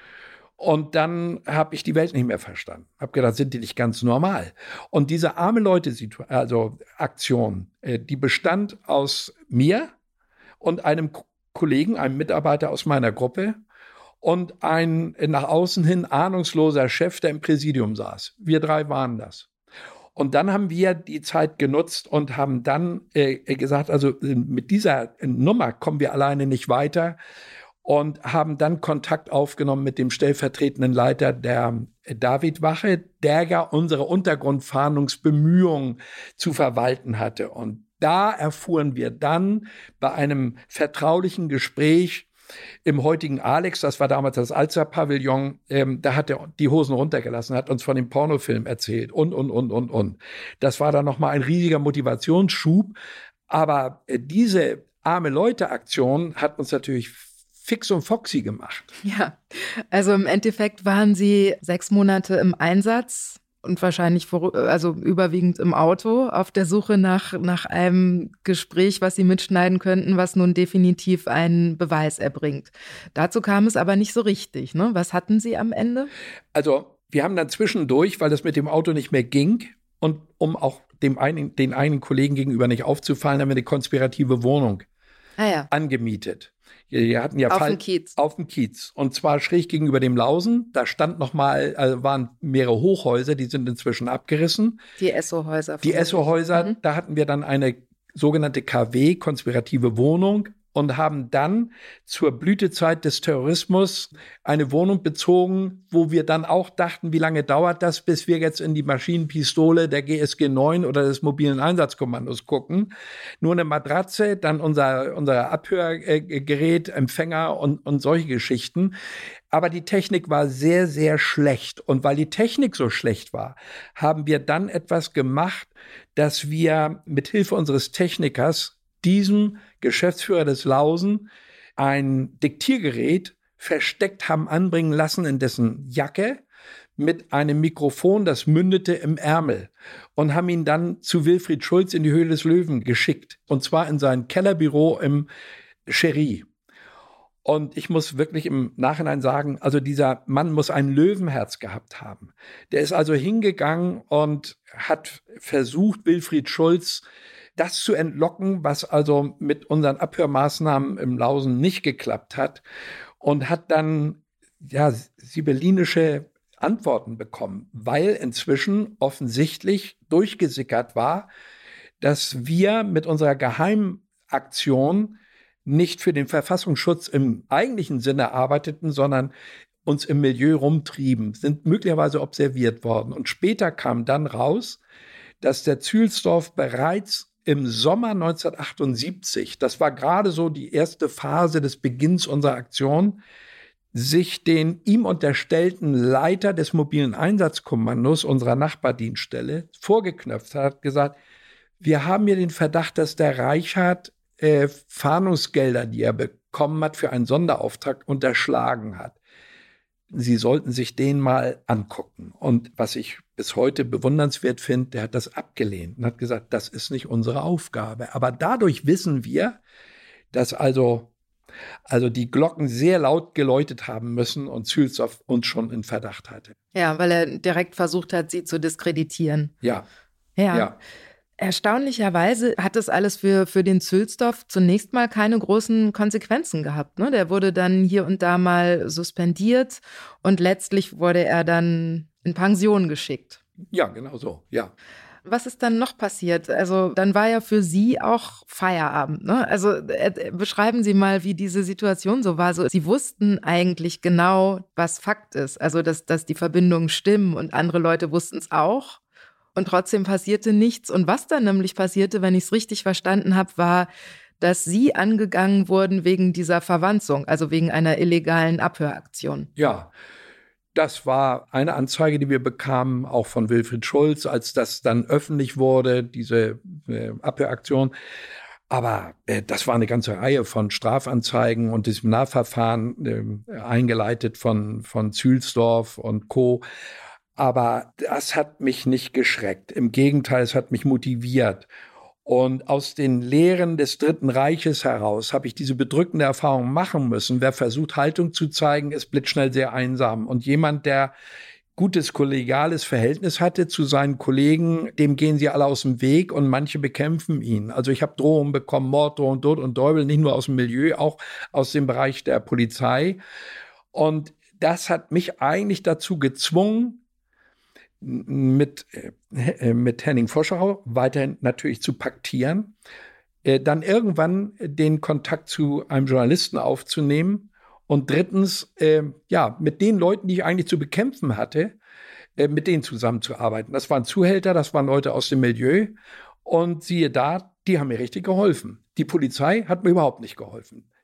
Und dann habe ich die Welt nicht mehr verstanden. Habe gedacht, sind die nicht ganz normal? Und diese arme Leute-Aktion, also Aktion, die bestand aus mir und einem Kollegen, einem Mitarbeiter aus meiner Gruppe, und ein nach außen hin ahnungsloser Chef, der im Präsidium saß. Wir drei waren das. Und dann haben wir die Zeit genutzt und haben dann äh, gesagt, also mit dieser Nummer kommen wir alleine nicht weiter, und haben dann Kontakt aufgenommen mit dem stellvertretenden Leiter der Davidwache, der ja unsere Untergrundfahndungsbemühungen zu verwalten hatte. Und da erfuhren wir dann bei einem vertraulichen Gespräch, im heutigen Alex, das war damals das Alster-Pavillon, ähm, da hat er die Hosen runtergelassen, hat uns von dem Pornofilm erzählt und, und, und, und, und. Das war dann nochmal ein riesiger Motivationsschub. Aber äh, diese arme Leute-Aktion hat uns natürlich fix und foxy gemacht. Ja, also im Endeffekt waren Sie sechs Monate im Einsatz und wahrscheinlich vor, also überwiegend im Auto auf der Suche nach, nach einem Gespräch, was Sie mitschneiden könnten, was nun definitiv einen Beweis erbringt. Dazu kam es aber nicht so richtig, ne? Was hatten Sie am Ende? Also wir haben dann zwischendurch, weil das mit dem Auto nicht mehr ging und um auch dem einen, den einen Kollegen gegenüber nicht aufzufallen, haben wir eine konspirative Wohnung ah ja. angemietet. Wir hatten ja auf Fall, dem Kiez. Auf dem Kiez. Und zwar schräg gegenüber dem Lausen. Da stand noch mal, also waren mehrere Hochhäuser, die sind inzwischen abgerissen. Die Esso-Häuser. Die Esso-Häuser, mhm. Da hatten wir dann eine sogenannte K W, konspirative Wohnung, und haben dann zur Blütezeit des Terrorismus eine Wohnung bezogen, wo wir dann auch dachten, wie lange dauert das, bis wir jetzt in die Maschinenpistole der G S G neun oder des mobilen Einsatzkommandos gucken. Nur eine Matratze, dann unser, unser Abhörgerät, Empfänger und, und solche Geschichten. Aber die Technik war sehr, sehr schlecht. Und weil die Technik so schlecht war, haben wir dann etwas gemacht, dass wir mit Hilfe unseres Technikers diesem Geschäftsführer des Lausen ein Diktiergerät versteckt haben anbringen lassen in dessen Jacke mit einem Mikrofon, das mündete im Ärmel, und haben ihn dann zu Wilfried Schulz in die Höhle des Löwen geschickt, und zwar in sein Kellerbüro im Cherie. Und ich muss wirklich im Nachhinein sagen, also dieser Mann muss ein Löwenherz gehabt haben. Der ist also hingegangen und hat versucht, Wilfried Schulz das zu entlocken, was also mit unseren Abhörmaßnahmen im Lausen nicht geklappt hat, und hat dann ja sibyllinische Antworten bekommen, weil inzwischen offensichtlich durchgesickert war, dass wir mit unserer Geheimaktion nicht für den Verfassungsschutz im eigentlichen Sinne arbeiteten, sondern uns im Milieu rumtrieben, sind möglicherweise observiert worden. Und später kam dann raus, dass der Zühlsdorf bereits im Sommer neunzehnhundertachtundsiebzig, das war gerade so die erste Phase des Beginns unserer Aktion, sich den ihm unterstellten Leiter des mobilen Einsatzkommandos unserer Nachbardienststelle vorgeknöpft hat, gesagt, wir haben hier den Verdacht, dass der Reichhardt äh, Fahndungsgelder, die er bekommen hat, für einen Sonderauftrag unterschlagen hat. Sie sollten sich den mal angucken. Und was ich bis heute bewundernswert finde, der hat das abgelehnt und hat gesagt, das ist nicht unsere Aufgabe. Aber dadurch wissen wir, dass also, also die Glocken sehr laut geläutet haben müssen und Zühlsdorf uns schon in Verdacht hatte. Ja, weil er direkt versucht hat, sie zu diskreditieren. Ja. Ja. ja. Erstaunlicherweise hat das alles für, für den Zühlsdorf zunächst mal keine großen Konsequenzen gehabt, ne? Der wurde dann hier und da mal suspendiert und letztlich wurde er dann in Pension geschickt. Ja, genau so, ja. Was ist dann noch passiert? Also dann war ja für Sie auch Feierabend, ne? Also äh, beschreiben Sie mal, wie diese Situation so war. So, Sie wussten eigentlich genau, was Fakt ist. Also dass, dass die Verbindungen stimmen und andere Leute wussten es auch. Und trotzdem passierte nichts. Und was dann nämlich passierte, wenn ich es richtig verstanden habe, war, dass Sie angegangen wurden wegen dieser Verwanzung, also wegen einer illegalen Abhöraktion. Ja, das war eine Anzeige, die wir bekamen, auch von Wilfried Schulz, als das dann öffentlich wurde, diese äh, Abhöraktion. Aber äh, das war eine ganze Reihe von Strafanzeigen und Disziplinarverfahren, äh, eingeleitet von, von Zühlsdorf und Co. Aber das hat mich nicht geschreckt. Im Gegenteil, es hat mich motiviert. Und aus den Lehren des Dritten Reiches heraus habe ich diese bedrückende Erfahrung machen müssen. Wer versucht, Haltung zu zeigen, ist blitzschnell sehr einsam. Und jemand, der gutes kollegiales Verhältnis hatte zu seinen Kollegen, dem gehen sie alle aus dem Weg und manche bekämpfen ihn. Also ich habe Drohungen bekommen, Morddrohungen, Tod und Teufel, nicht nur aus dem Milieu, auch aus dem Bereich der Polizei. Und das hat mich eigentlich dazu gezwungen, mit, äh, mit Henning Voscherau weiterhin natürlich zu paktieren, äh, dann irgendwann den Kontakt zu einem Journalisten aufzunehmen und drittens, äh, ja, mit den Leuten, die ich eigentlich zu bekämpfen hatte, äh, mit denen zusammenzuarbeiten. Das waren Zuhälter, das waren Leute aus dem Milieu und siehe da, die haben mir richtig geholfen. Die Polizei hat mir überhaupt nicht geholfen.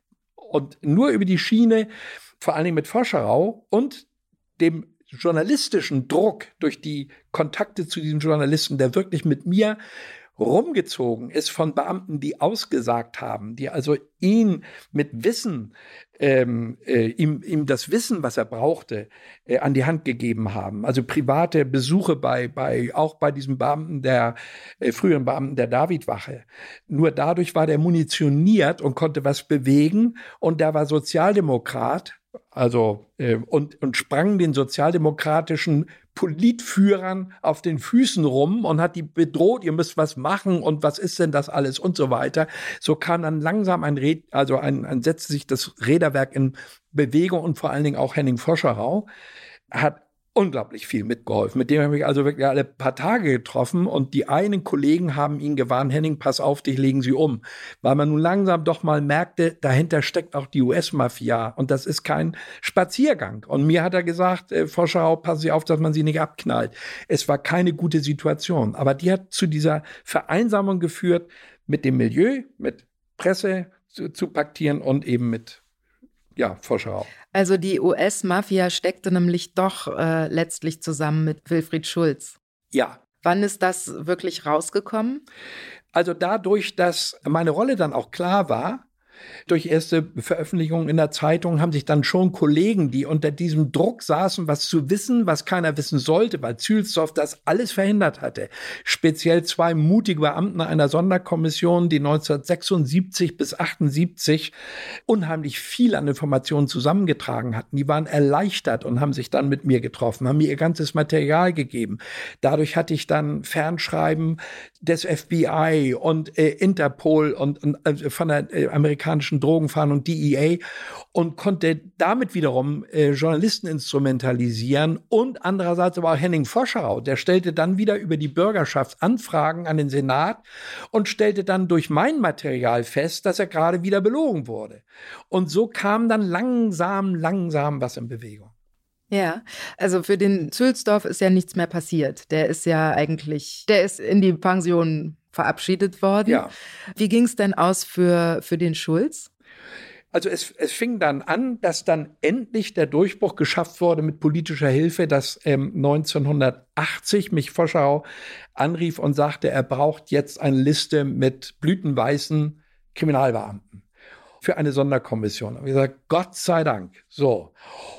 Und nur über die Schiene, vor allen Dingen mit Foscherau und dem journalistischen Druck durch die Kontakte zu diesem Journalisten, der wirklich mit mir rumgezogen ist von Beamten, die ausgesagt haben, die also ihn mit Wissen, ähm, äh, ihm, ihm das Wissen, was er brauchte, äh, an die Hand gegeben haben. Also private Besuche bei, bei auch bei diesem Beamten der äh, früheren Beamten der Davidwache. Nur dadurch war der munitioniert und konnte was bewegen. Und der war Sozialdemokrat. Also äh, und, und sprang den sozialdemokratischen Politführern auf den Füßen rum und hat die bedroht, ihr müsst was machen und was ist denn das alles und so weiter. So kam dann langsam ein Red, also ein, ein setzte sich das Räderwerk in Bewegung und vor allen Dingen auch Henning Foscherau hat unglaublich viel mitgeholfen. Mit dem habe ich also wirklich alle paar Tage getroffen und die einen Kollegen haben ihn gewarnt, Henning, pass auf, dich legen sie um. Weil man nun langsam doch mal merkte, dahinter steckt auch die U S-Mafia und das ist kein Spaziergang. Und mir hat er gesagt, äh, Foscherau, passen Sie auf, dass man sie nicht abknallt. Es war keine gute Situation, aber die hat zu dieser Vereinsamung geführt, mit dem Milieu, mit Presse zu, zu paktieren und eben mit Ja, Foscherau. Also die U S-Mafia steckte nämlich doch äh, letztlich zusammen mit Wilfried Schulz. Ja. Wann ist das wirklich rausgekommen? Also dadurch, dass meine Rolle dann auch klar war, durch erste Veröffentlichungen in der Zeitung haben sich dann schon Kollegen, die unter diesem Druck saßen, was zu wissen, was keiner wissen sollte, weil Zülsdorf das alles verhindert hatte. Speziell zwei mutige Beamten einer Sonderkommission, die neunzehnhundertsechsundsiebzig bis achtundsiebzig unheimlich viel an Informationen zusammengetragen hatten. Die waren erleichtert und haben sich dann mit mir getroffen, haben mir ihr ganzes Material gegeben. Dadurch hatte ich dann Fernschreiben des F B I und äh, Interpol und, und äh, von der äh, amerikanischen Drogenfahndung und D E A und konnte damit wiederum äh, Journalisten instrumentalisieren und andererseits aber auch Henning Foscherau, der stellte dann wieder über die Bürgerschaft Anfragen an den Senat und stellte dann durch mein Material fest, dass er gerade wieder belogen wurde. Und so kam dann langsam, langsam was in Bewegung. Ja, also für den Zülsdorf ist ja nichts mehr passiert. Der ist ja eigentlich, der ist in die Pension verabschiedet worden. Ja. Wie ging es denn aus für, für den Schulz? Also es, es fing dann an, dass dann endlich der Durchbruch geschafft wurde mit politischer Hilfe, dass ähm, neunzehnhundertachtzig mich Foscherau anrief und sagte, er braucht jetzt eine Liste mit blütenweißen Kriminalbeamten für eine Sonderkommission. Und ich gesagt, Gott sei Dank. So.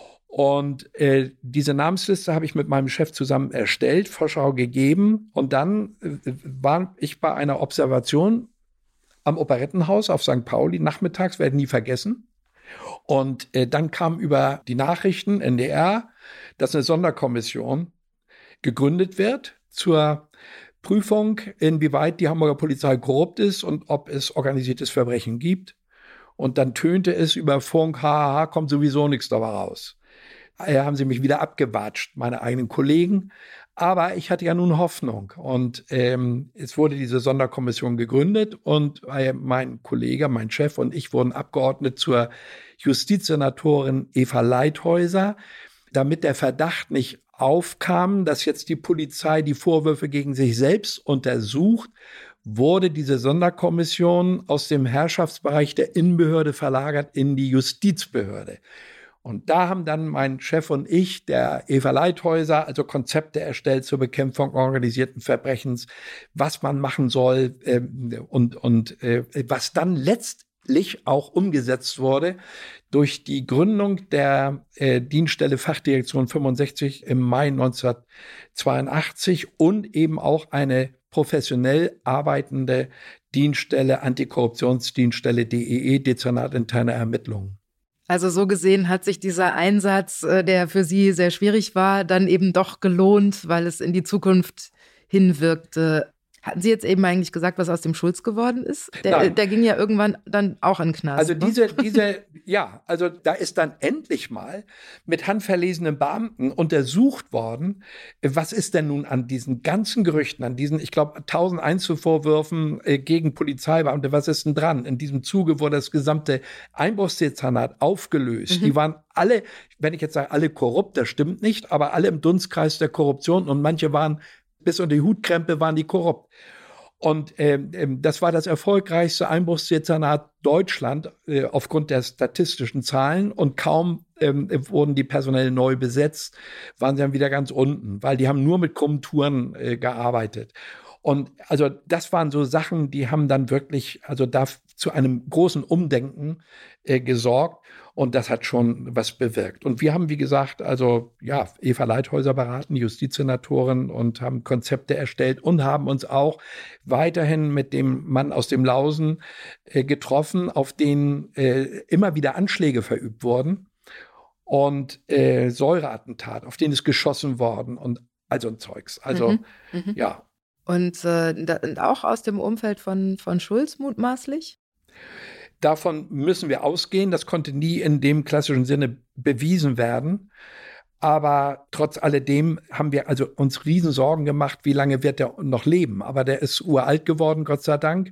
Und äh, diese Namensliste habe ich mit meinem Chef zusammen erstellt, Foscherau gegeben. Und dann äh, war ich bei einer Observation am Operettenhaus auf Sankt Pauli, nachmittags, werde ich nie vergessen. Und äh, dann kam über die Nachrichten, N D R, dass eine Sonderkommission gegründet wird zur Prüfung, inwieweit die Hamburger Polizei korrupt ist und ob es organisiertes Verbrechen gibt. Und dann tönte es über Funk, haha, kommt sowieso nichts dabei raus. Da haben sie mich wieder abgewatscht, meine eigenen Kollegen. Aber ich hatte ja nun Hoffnung. Und ähm, es wurde diese Sonderkommission gegründet und äh, mein Kollege, mein Chef und ich wurden abgeordnet zur Justizsenatorin Eva Leithäuser, damit der Verdacht nicht aufkam, dass jetzt die Polizei die Vorwürfe gegen sich selbst untersucht, wurde diese Sonderkommission aus dem Herrschaftsbereich der Innenbehörde verlagert in die Justizbehörde. Und da haben dann mein Chef und ich, der Eva Leithäuser, also Konzepte erstellt zur Bekämpfung organisierten Verbrechens, was man machen soll äh, und, und äh, was dann letztlich auch umgesetzt wurde durch die Gründung der äh, Dienststelle Fachdirektion fünfundsechzig im Mai neunzehnhundertzweiundachtzig und eben auch eine professionell arbeitende Dienststelle, Antikorruptionsdienststelle D E E, Dezernat interne Ermittlungen. Also so gesehen hat sich dieser Einsatz, der für Sie sehr schwierig war, dann eben doch gelohnt, weil es in die Zukunft hinwirkte. Hatten Sie jetzt eben eigentlich gesagt, was aus dem Schulz geworden ist? Der, der ging ja irgendwann dann auch in den Knast. Also ne? diese, diese, ja, also da ist dann endlich mal mit handverlesenen Beamten untersucht worden, was ist denn nun an diesen ganzen Gerüchten, an diesen, ich glaube, tausendeins Vorwürfen äh, gegen Polizeibeamte, was ist denn dran? In diesem Zuge wurde das gesamte Einbruchsdezernat aufgelöst. Mhm. Die waren alle, wenn ich jetzt sage, alle korrupt, das stimmt nicht, aber alle im Dunstkreis der Korruption und manche waren bis unter die Hutkrempe waren die korrupt. Und ähm, das war das erfolgreichste Einbruchsdezernat Deutschland äh, aufgrund der statistischen Zahlen. Und kaum ähm, wurden die personell neu besetzt, waren sie dann wieder ganz unten, weil die haben nur mit krummen Touren äh, gearbeitet. Und also das waren so Sachen, die haben dann wirklich, also da zu einem großen Umdenken äh, gesorgt. Und das hat schon was bewirkt. Und wir haben, wie gesagt, also ja, Eva Leithäuser beraten, Justizsenatorin, und haben Konzepte erstellt und haben uns auch weiterhin mit dem Mann aus dem Lausen äh, getroffen, auf den äh, immer wieder Anschläge verübt wurden und äh, Säureattentat, auf den ist geschossen worden und also ein Zeugs. Also Mhm, mhm. ja. Und, äh, da, und auch aus dem Umfeld von, von Schulz mutmaßlich? Davon müssen wir ausgehen. Das konnte nie in dem klassischen Sinne bewiesen werden. Aber trotz alledem haben wir also uns riesen Sorgen gemacht, wie lange wird er noch leben. Aber der ist uralt geworden, Gott sei Dank.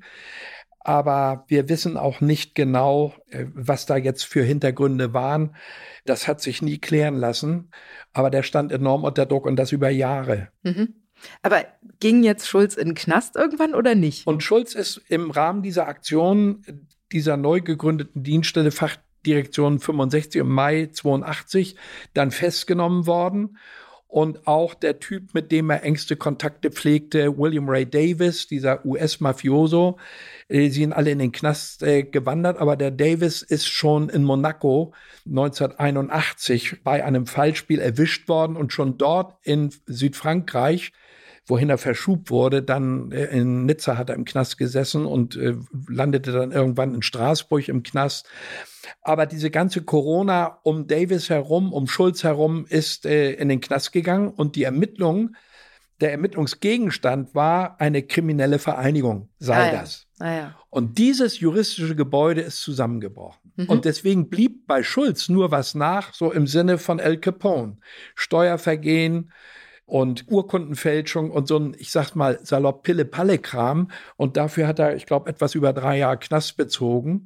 Aber wir wissen auch nicht genau, was da jetzt für Hintergründe waren. Das hat sich nie klären lassen. Aber der stand enorm unter Druck und das über Jahre. Mhm. Aber ging jetzt Schulz in den Knast irgendwann oder nicht? Und Schulz ist im Rahmen dieser Aktion, dieser neu gegründeten Dienststelle Fachdirektion fünfundsechzig im Mai zweiundachtzig dann festgenommen worden. Und auch der Typ, mit dem er engste Kontakte pflegte, William Ray Davis, dieser U S-Mafioso, äh, sie sind alle in den Knast äh, gewandert. Aber der Davis ist schon in Monaco neunzehnhunderteinundachtzig bei einem Fallspiel erwischt worden und schon dort in Südfrankreich, wohin er verschubt wurde, dann äh, in Nizza hat er im Knast gesessen und äh, landete dann irgendwann in Straßburg im Knast. Aber diese ganze Corona um Davis herum, um Schulz herum, ist äh, in den Knast gegangen und die Ermittlung, der Ermittlungsgegenstand war eine kriminelle Vereinigung, sei ah, ja. das. Ah, ja. Und dieses juristische Gebäude ist zusammengebrochen. Mhm. Und deswegen blieb bei Schulz nur was nach, so im Sinne von Al Capone. Steuervergehen und Urkundenfälschung und so ein, ich sag mal, salopp Pille-Palle-Kram. Und dafür hat er, ich glaube, etwas über drei Jahre Knast bezogen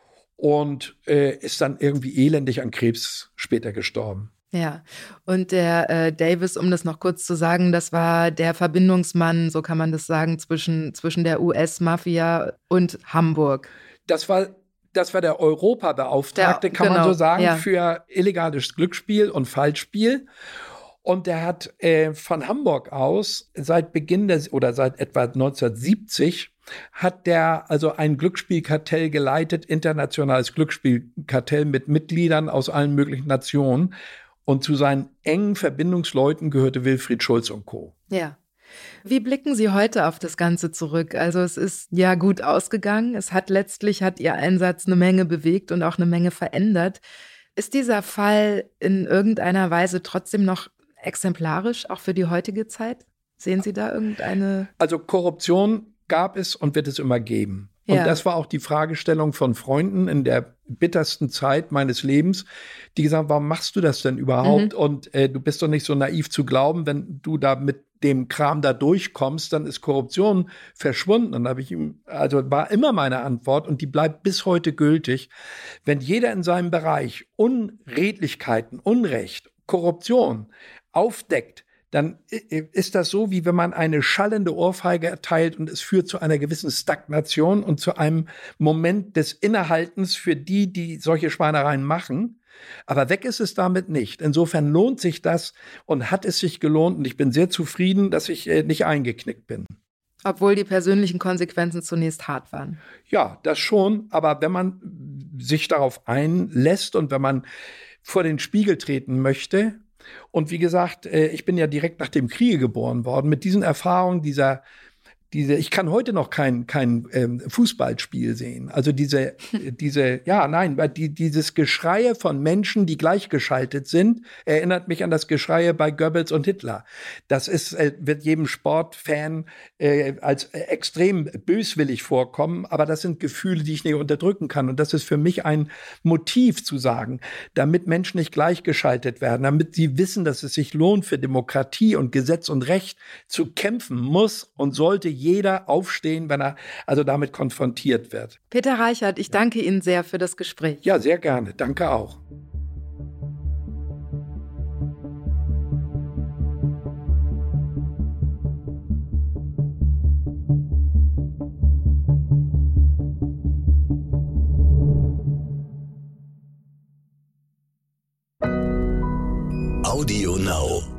und äh, ist dann irgendwie elendig an Krebs später gestorben. Ja, und der äh, Davis, um das noch kurz zu sagen, das war der Verbindungsmann, so kann man das sagen, zwischen, zwischen der U S-Mafia und Hamburg. Das war Das war der Europabeauftragte, Der, kann genau, man so sagen, ja. für illegales Glücksspiel und Falschspiel. Und der hat äh, von Hamburg aus seit Beginn des oder seit etwa neunzehnhundertsiebzig hat der also ein Glücksspielkartell geleitet, internationales Glücksspielkartell mit Mitgliedern aus allen möglichen Nationen. Und zu seinen engen Verbindungsleuten gehörte Wilfried Schulz und Co. Ja. Wie blicken Sie heute auf das Ganze zurück? Also es ist ja gut ausgegangen. Es hat letztlich, hat Ihr Einsatz eine Menge bewegt und auch eine Menge verändert. Ist dieser Fall in irgendeiner Weise trotzdem noch exemplarisch, auch für die heutige Zeit? Sehen Sie da irgendeine? Also Korruption gab es und wird es immer geben. Und Ja. das war auch die Fragestellung von Freunden in der bittersten Zeit meines Lebens, die gesagt haben, warum machst du das denn überhaupt? Mhm. Und äh, du bist doch nicht so naiv zu glauben, wenn du da mit dem Kram da durchkommst, dann ist Korruption verschwunden. Und da habe ich ihm, also war immer meine Antwort und die bleibt bis heute gültig. Wenn jeder in seinem Bereich Unredlichkeiten, Unrecht, Korruption aufdeckt, dann ist das so, wie wenn man eine schallende Ohrfeige erteilt und es führt zu einer gewissen Stagnation und zu einem Moment des Innehaltens für die, die solche Schweinereien machen. Aber weg ist es damit nicht. Insofern lohnt sich das und hat es sich gelohnt. Und ich bin sehr zufrieden, dass ich nicht eingeknickt bin. Obwohl die persönlichen Konsequenzen zunächst hart waren. Ja, das schon. Aber wenn man sich darauf einlässt und wenn man vor den Spiegel treten möchte, und wie gesagt, ich bin ja direkt nach dem Kriege geboren worden. Mit diesen Erfahrungen, dieser, diese, ich kann heute noch kein, kein ähm, Fußballspiel sehen. Also diese, diese, ja, nein, weil die, dieses Geschreie von Menschen, die gleichgeschaltet sind, erinnert mich an das Geschreie bei Goebbels und Hitler. Das ist, äh, wird jedem Sportfan äh, als extrem böswillig vorkommen, aber das sind Gefühle, die ich nicht unterdrücken kann. Und das ist für mich ein Motiv zu sagen, damit Menschen nicht gleichgeschaltet werden, damit sie wissen, dass es sich lohnt, für Demokratie und Gesetz und Recht zu kämpfen, muss und sollte jeder aufstehen, wenn er also damit konfrontiert wird. Peter Reichert, ich danke Ihnen sehr für das Gespräch. Ja, sehr gerne. Danke auch. Now.